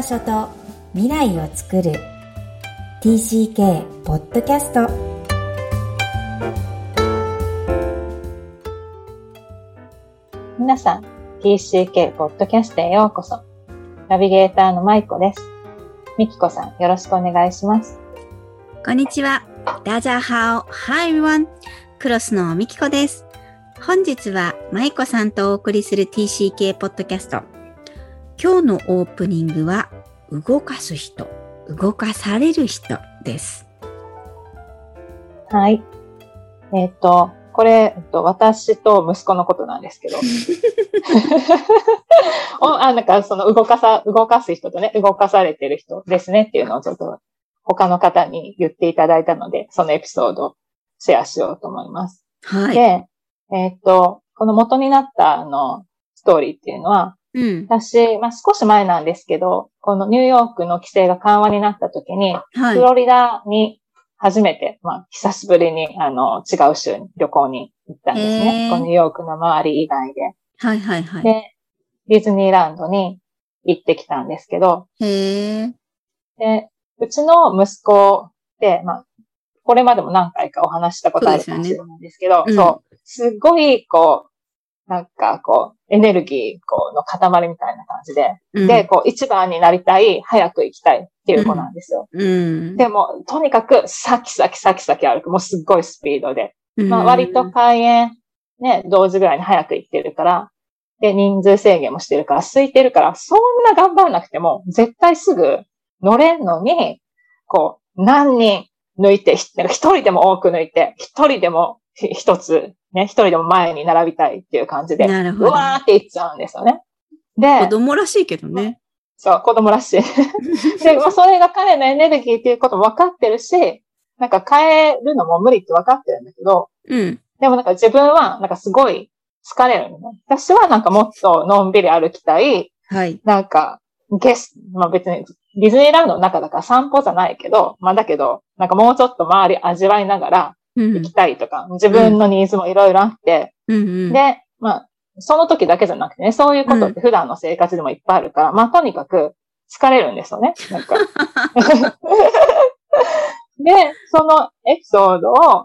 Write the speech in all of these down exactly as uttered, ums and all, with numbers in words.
場所と未来をつくる ティーシーケー ポッドキャスト。 皆さん ティーシーケー ポッドキャストへようこそ。ナビゲーターのまいこです。みきこさん、よろしくお願いします。 こんにちは。ダジャハオ。Hi everyone。クロスのみきこです。本日はまいこさんとお送りする ティーシーケー ポッドキャスト。今日のオープニングは動かす人、動かされる人です。 はい。えっと、これ、えっと、私と息子のことなんですけど。おあ、なんかその動かさ、動かす人とね、動かされてる人ですねっていうのをちょっと他の方に言っていただいたので、そのエピソードをシェアしようと思います。 はい。 で、えっと、この元になったあの、ストーリーっていうのは、 うん、 私、まあ、少し前なんですけど、このニューヨークの規制が緩和になった時に、 はい、 フロリダに初めて、まあ、久しぶりに、あの、違う州に旅行に行ったんですね。このニューヨークの周り以外で。 はいはいはい。 で、ディズニーランドに行ってきたんですけど、 へー。 で、うちの息子って、まあ、これまでも何回かお話したことあるかもしれないんですけど、そう、ね、うん、そう、すごい、こう、なんか、こう、エネルギー、こう、の塊みたいな感じで、うん、で、こう、一番になりたい、早く行きたいっていう子なんですよ。 うん、 でも、とにかく、サキサキサキサキ歩く。もうすっごいスピードで。うん、まあ、割と開園、ね、同時ぐらいに早く行ってるから、で、人数制限もしてるから、空いてるから、そんな頑張らなくても、絶対すぐ乗れんのに、こう、何人抜いて、一人でも多く抜いて、一人でも一つ、ね、一人でも前に並びたいっていう感じで、 なるほど。 うわーって行っちゃうんですよね。で、 子供らしいけどね。 そう、子供らしい。で、まあ、それが彼のエネルギーっていうことも分かってるし、なんか変えるのも無理って分かってるんだけど、 うん。 でもなんか自分はなんかすごい疲れるのね。私はなんかもっとのんびり歩きたい。 はい。 なんか、ゲス、まあ別にディズニーランドの中だから散歩じゃないけど、まあだけど、なんかもうちょっと周り味わいながら行きたいとか、うん、自分のニーズもいろいろあって、 うんうん、 で、まあ、その時だけじゃなくてね、そういうことって普段の生活でもいっぱいあるから、うん、まあとにかく疲れるんですよね。なんか。で、そのエピソードを、はい、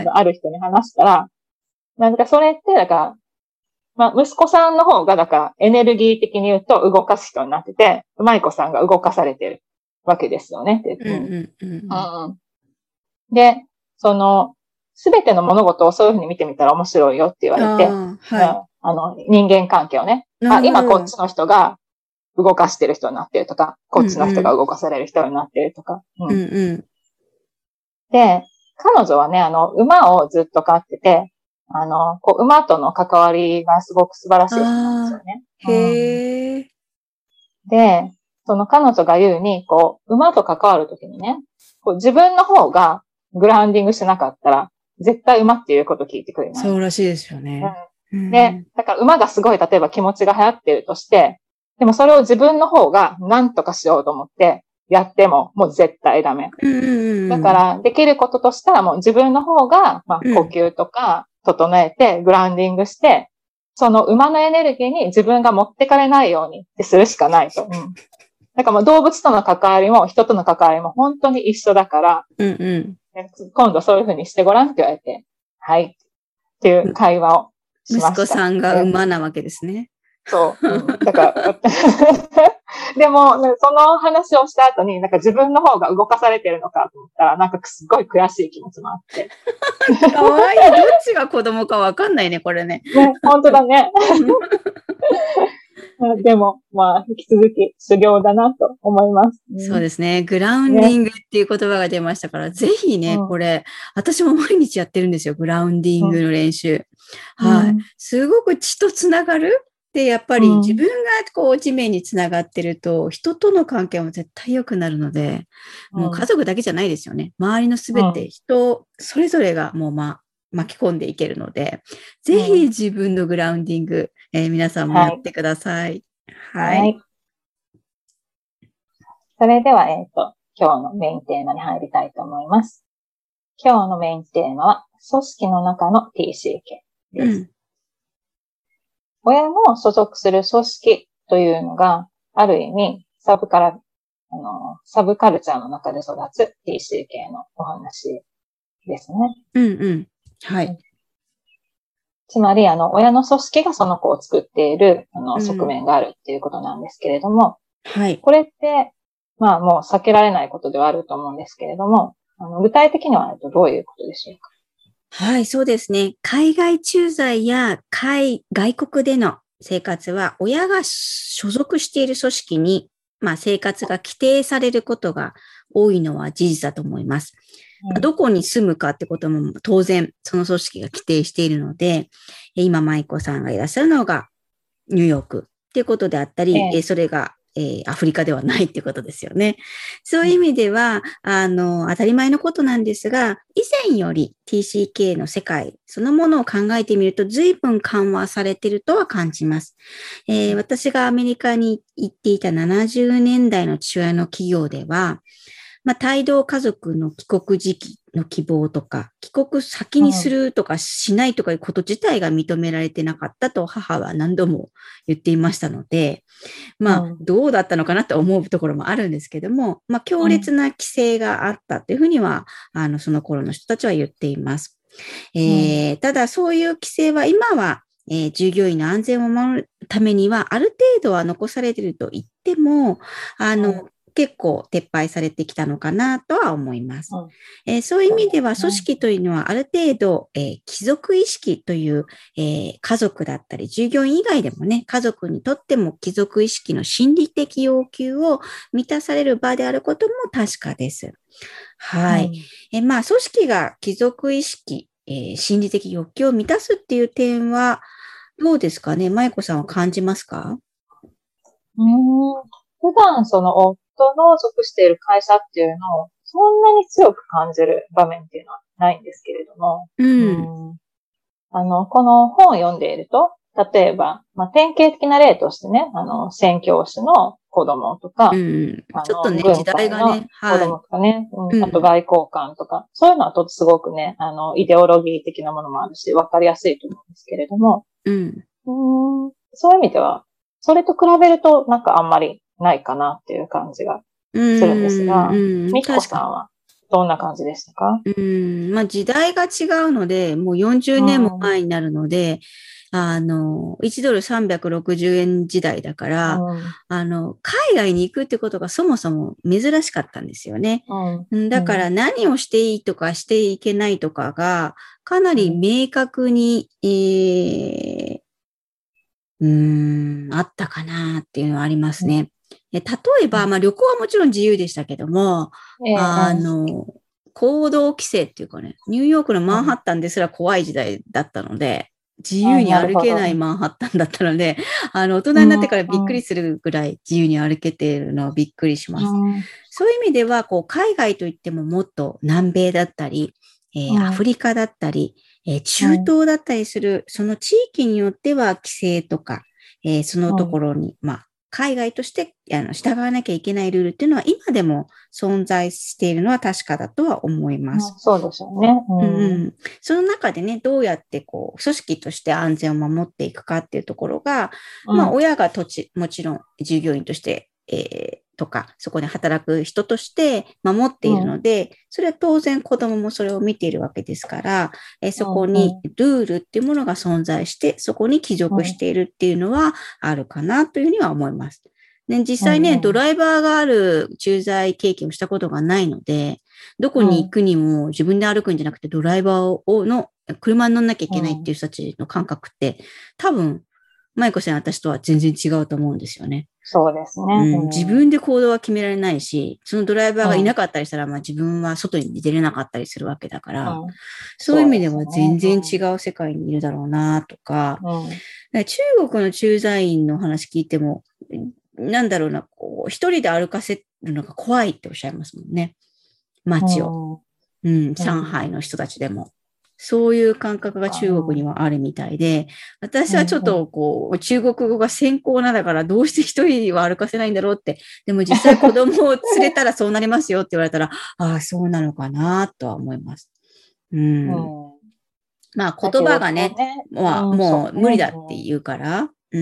ある人に話したら、なんかそれって、だから、まあ、息子さんの方が、だから、エネルギー的に言うと動かす人になってて、舞子さんが動かされてるわけですよね。 うんうんうんうん、で、その、すべての物事をそういうふうに見てみたら面白いよって言われて、 あ、はい、 うん、あの、人間関係をね、あ、今こっちの人が動かしてる人になってるとか、こっちの人が動かされる人になってるとか。 うんうんうん、 で、彼女はね、あの、馬をずっと飼ってて、あの、こう、馬との関わりがすごく素晴らしい人なんですよね。 へー。 で、その彼女が言うに、こう、馬と関わるときにね、こう自分の方がグラウンディングしてなかったら、絶対馬っていうこと聞いてくれない。 そうらしいですよね。 うん、で、だから馬がすごい、例えば気持ちが流行ってるとして、でもそれを自分の方が何とかしようと思ってやっても、もう絶対ダメ。 うんうんうん、 だから、できることとしたらもう自分の方が、まあ、呼吸とか整えて、グラウンディングして、その馬のエネルギーに自分が持ってかれないようにってするしかないと。うん、だからもう動物との関わりも人との関わりも本当に一緒だから、 うんうん、 今度そういうふうにしてごらんって言われて、はい。っていう会話をしました。 息子さんが馬なわけですね。 そう。うん、だから、でも、その話をした後に、なんか自分の方が動かされてるのかと思ったら、なんかすごい悔しい気持ちもあって。 かわいい。どっちが子供かわかんないね、これね。 ね、本当だね。でも、まあ、引き続き修行だなと思います。 うん、そうですね。グラウンディングっていう言葉が出ましたから、ね、ぜひね、うん、これ、私も毎日やってるんですよ。グラウンディングの練習。うん、はい。すごく血とつながるで、やっぱり自分がこう地面につながってると、人との関係も絶対良くなるので、うん、もう家族だけじゃないですよね。周りのすべて人、それぞれがもうまあ、巻き込んでいけるので、ぜひ自分のグラウンディング、えー、皆さんもやってください。はい。はい、 それでは、えっと、今日のメインテーマに入りたいと思います。今日のメインテーマは、組織の中の ティーシーケー です。うん、親の所属する組織というのが、ある意味、サブカラあの、サブカルチャーの中で育つ ティーシーケー のお話ですね。 うんうん。はい。 つまり、あの、親の組織がその子を作っている、あの、側面があるっていうことなんですけれども、 うん、はい。 これって、まあ、もう避けられないことではあると思うんですけれども、あの具体的にはどういうことでしょうか？ はい、そうですね。海外駐在や海外国での生活は、親が所属している組織に、まあ、生活が規定されることが多いのは事実だと思います。うん、どこに住むかってことも当然その組織が規定しているので、今舞子さんがいらっしゃるのがニューヨークっていうことであったり、ええ、それがえー、アフリカではないっていうことですよね。そういう意味では、あの、当たり前のことなんですが、以前より ティーシーケー の世界そのものを考えてみると随分緩和されているとは感じます。えー、私がアメリカに行っていたななじゅうねんだいの父親の企業では、まあ、帯同家族の帰国時期の希望とか、帰国先にするとかしないとかいうこと自体が認められてなかったと母は何度も言っていましたので、まあ、どうだったのかなと思うところもあるんですけども、まあ、強烈な規制があったというふうには、あの、その頃の人たちは言っています。えー、ただ、そういう規制は今は、えー、従業員の安全を守るためには、ある程度は残されていると言っても、あの、結構撤廃されてきたのかなとは思います。うんえー、そういう意味では組織というのはある程度、えー、帰属意識という、えー、家族だったり従業員以外でもね、家族にとっても帰属意識の心理的要求を満たされる場であることも確かです。はい。うんえー、まあ組織が帰属意識、えー、心理的欲求を満たすっていう点はどうですかね、舞子さんは感じますか？ うーん普段その夫の属している会社っていうのをそんなに強く感じる場面っていうのはないんですけれども、 うん、 うんあの、この本を読んでいると、例えば、まあ、典型的な例としてね、あの、宣教師の子供とか、 うん、 あの、 ちょっとね、時代がね、 子供とかね、 はい、 うん、あと外交官とか、そういうのはとすごくね、あの、イデオロギー的なものもあるし、わかりやすいと思うんですけれども、 うん、 うんそういう意味では、それと比べるとなんかあんまりないかなっていう感じがするんですが、みっこさんはどんな感じでしたか？ うん、まあ時代が違うので、もうよんじゅうねんも前になるので、あの、いちドルさんびゃくろくじゅうえん時代だから、うん、あの、海外に行くってことがそもそも珍しかったんですよね。うん、だから何をしていいとかしていけないとかが、かなり明確に、えー、うーん、あったかなっていうのはありますね。例えば、まあ旅行はもちろん自由でしたけども、あの、行動規制っていうかね、ニューヨークのマンハッタンですら怖い時代だったので、自由に歩けないマンハッタンだったので、あの、大人になってからびっくりするぐらい自由に歩けているのはびっくりします。そういう意味では、こう、海外といってももっと南米だったり、えー、アフリカだったり、えー、中東だったりする、その地域によっては規制とか、えー、そのところに、まあ、海外としてあの従わなきゃいけないルールっていうのは今でも存在しているのは確かだとは思います。 うん、そうですよね、 うんうん。その中でね、どうやってこう、組織として安全を守っていくかっていうところが、うん、まあ、親が土地、もちろん従業員として、えー、とか、そこで働く人として守っているので、うん、それは当然子供もそれを見ているわけですから、えー、そこにルールっていうものが存在して、そこに帰属しているっていうのはあるかなというふうには思います。ね、実際ね、うんうん、ドライバーがある駐在経験をしたことがないので、どこに行くにも自分で歩くんじゃなくてドライバーをの車に乗んなきゃいけないっていう人たちの感覚って、多分、舞子さん私とは全然違うと思うんですよね。 そうですね、 うん。自分で行動は決められないし、そのドライバーがいなかったりしたら、うん、まあ自分は外に出れなかったりするわけだから、うん、そういう意味では全然違う世界にいるだろうなとか、うん、中国の駐在員の話聞いても、なんだろうな、こう、一人で歩かせるのが怖いっておっしゃいますもんね。街を。うん、上海の人たちでも。そういう感覚が中国にはあるみたいで、私はちょっとこう、中国語が先行なんだからどうして一人は歩かせないんだろうって、でも実際子供を連れたらそうなりますよって言われたら、ああ、そうなのかなとは思います。うん。うん、まあ言葉がね、ねまあ、もう無理だって言うから、ううん、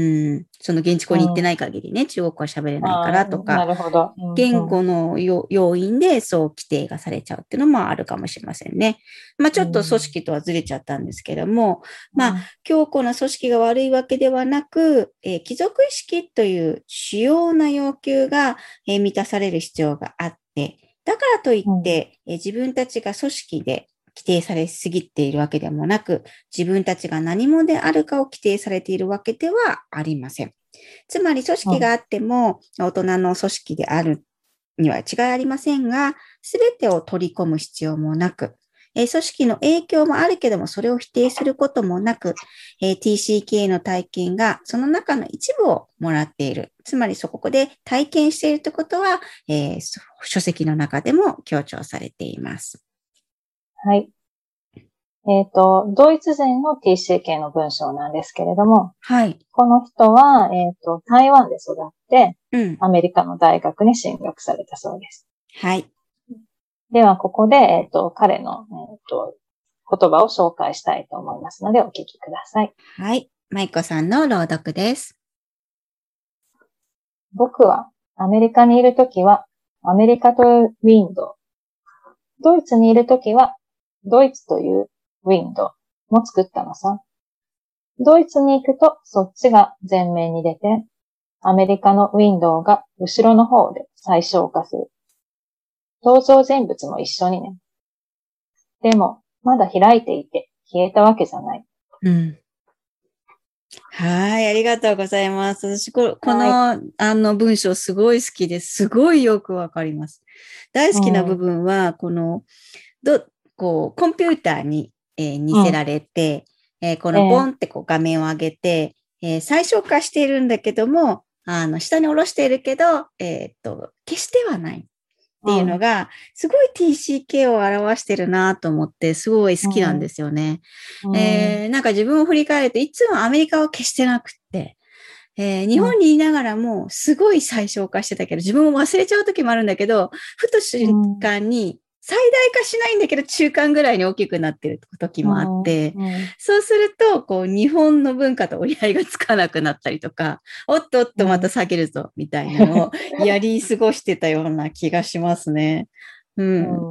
その現地校に行ってない限りね、うん、中国語は喋れないからとか、 なるほど。うんうん、 言語の要因でそう規定がされちゃうっていうのもあるかもしれませんね。まあちょっと組織とはずれちゃったんですけども、うん、まあ強固な組織が悪いわけではなく、えー、貴族意識という主要な要求が、えー、満たされる必要があって、だからといって、うん、えー、自分たちが組織で規定されすぎているわけでもなく、自分たちが何者であるかを規定されているわけではありません。つまり組織があっても、大人の組織であるには違いありませんが、すべてを取り込む必要もなく、えー、組織の影響もあるけども、それを否定することもなく、えー、ティーシーケー の体験がその中の一部をもらっている。つまりそこで体験しているということは、えー、書籍の中でも強調されています。 はい。えっと、ドイツ人の ティーシーケー の文章なんですけれども、 はい。 この人は、えっと、台湾で育って、 うん、 アメリカの大学に進学されたそうです。 はい。 では、ここで、えっと、彼の、えっと、言葉を紹介したいと思いますので、お聞きください。 はい。舞子さんの朗読です。 僕は、アメリカにいるときは、アメリカというウィンドウ。ドイツにいるときは、ドイツというウィンドウも作ったのさ。ドイツに行くとそっちが前面に出て、アメリカのウィンドウが後ろの方で最小化する。登場人物も一緒にね。でも、まだ開いていて消えたわけじゃない。 うん。はい、ありがとうございます。私こ、この、はい、あの文章すごい好きです。すごいよくわかります。大好きな部分は、うん、この、ど、こう、コンピューターに、えー、似せられて、うん、えー、このボンってこう画面を上げて、えー、最小化しているんだけども、あの、下に下ろしているけど、えー、っと、決してはない。っていうのが、すごい ティーシーケー を表してるなと思って、すごい好きなんですよね。うんえー、なんか自分を振り返るといつもアメリカを消してなくって、えー、日本にいながらもすごい最小化してたけど、自分も忘れちゃう時もあるんだけど、ふと瞬間に最大化しないんだけど中間ぐらいに大きくなってる時もあって、うんうん、そうすると、こう日本の文化と折り合いがつかなくなったりとか、おっとおっとまた下げるぞ、みたいなのをやり過ごしてたような気がしますね。うん。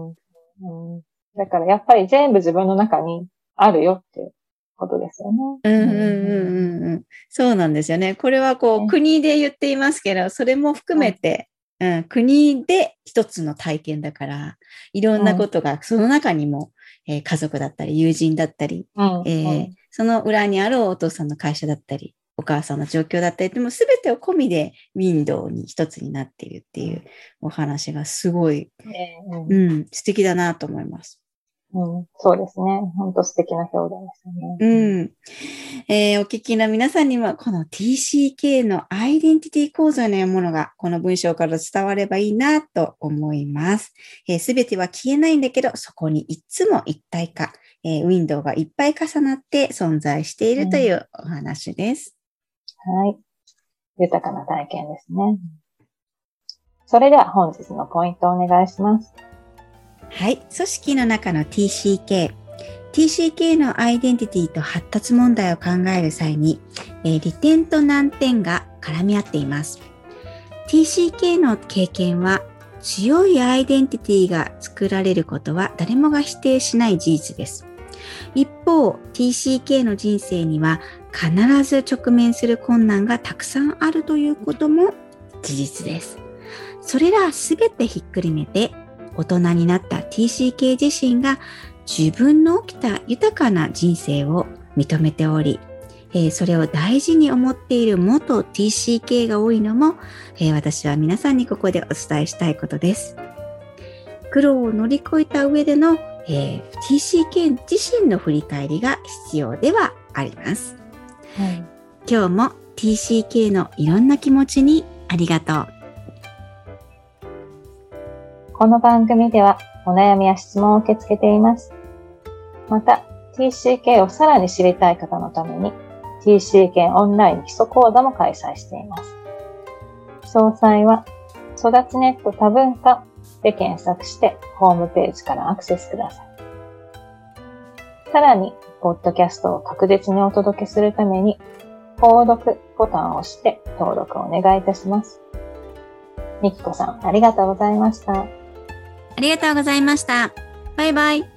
うんうん、だからやっぱり全部自分の中にあるよってことですよね。 うんうんうんうん。そうなんですよね。これはこう、ね、国で言っていますけど、それも含めて、うんうん、国で一つの体験だから、いろんなことがその中にも、えー、家族だったり、友人だったり、うんえーうん、その裏にあるお父さんの会社だったり、お母さんの状況だったり、でも全てを込みでウィンドウに一つになっているっていうお話がすごい、うんうん、素敵だなと思います。 うん、そうですね。本当素敵な表現ですよね。 うん。えー、お聞きの皆さんには、この ティーシーケー のアイデンティティ構造のようなものが、この文章から伝わればいいなと思います。すべ、えー、ては消えないんだけど、そこにいつも一体化、えー、ウィンドウがいっぱい重なって存在しているというお話です。 うん、はい。豊かな体験ですね。それでは本日のポイントをお願いします。 はい。組織の中の ティーシーケー。ティーシーケー のアイデンティティと発達問題を考える際に、えー、利点と難点が絡み合っています。ティーシーケー の経験は、強いアイデンティティが作られることは誰もが否定しない事実です。一方、ティーシーケー の人生には必ず直面する困難がたくさんあるということも事実です。それらすべてひっくるめて、大人になった ティーシーケー 自身が自分の起きた豊かな人生を認めており、えー、それを大事に思っている元 ティーシーケー が多いのも、えー、私は皆さんにここでお伝えしたいことです。苦労を乗り越えた上での、えー、ティーシーケー 自身の振り返りが必要ではあります。はい、今日も ティーシーケー のいろんな気持ちにありがとう。 この番組ではお悩みや質問を受け付けています。また、ティーシーケー をさらに知りたい方のために、ティーシーケー オンライン基礎講座も開催しています。詳細は、育ちネット多文化で検索してホームページからアクセスください。さらに、ポッドキャストを確実にお届けするために、 購読ボタンを押して登録をお願いいたします。みきこさん、ありがとうございました。 ありがとうございました。バイバイ。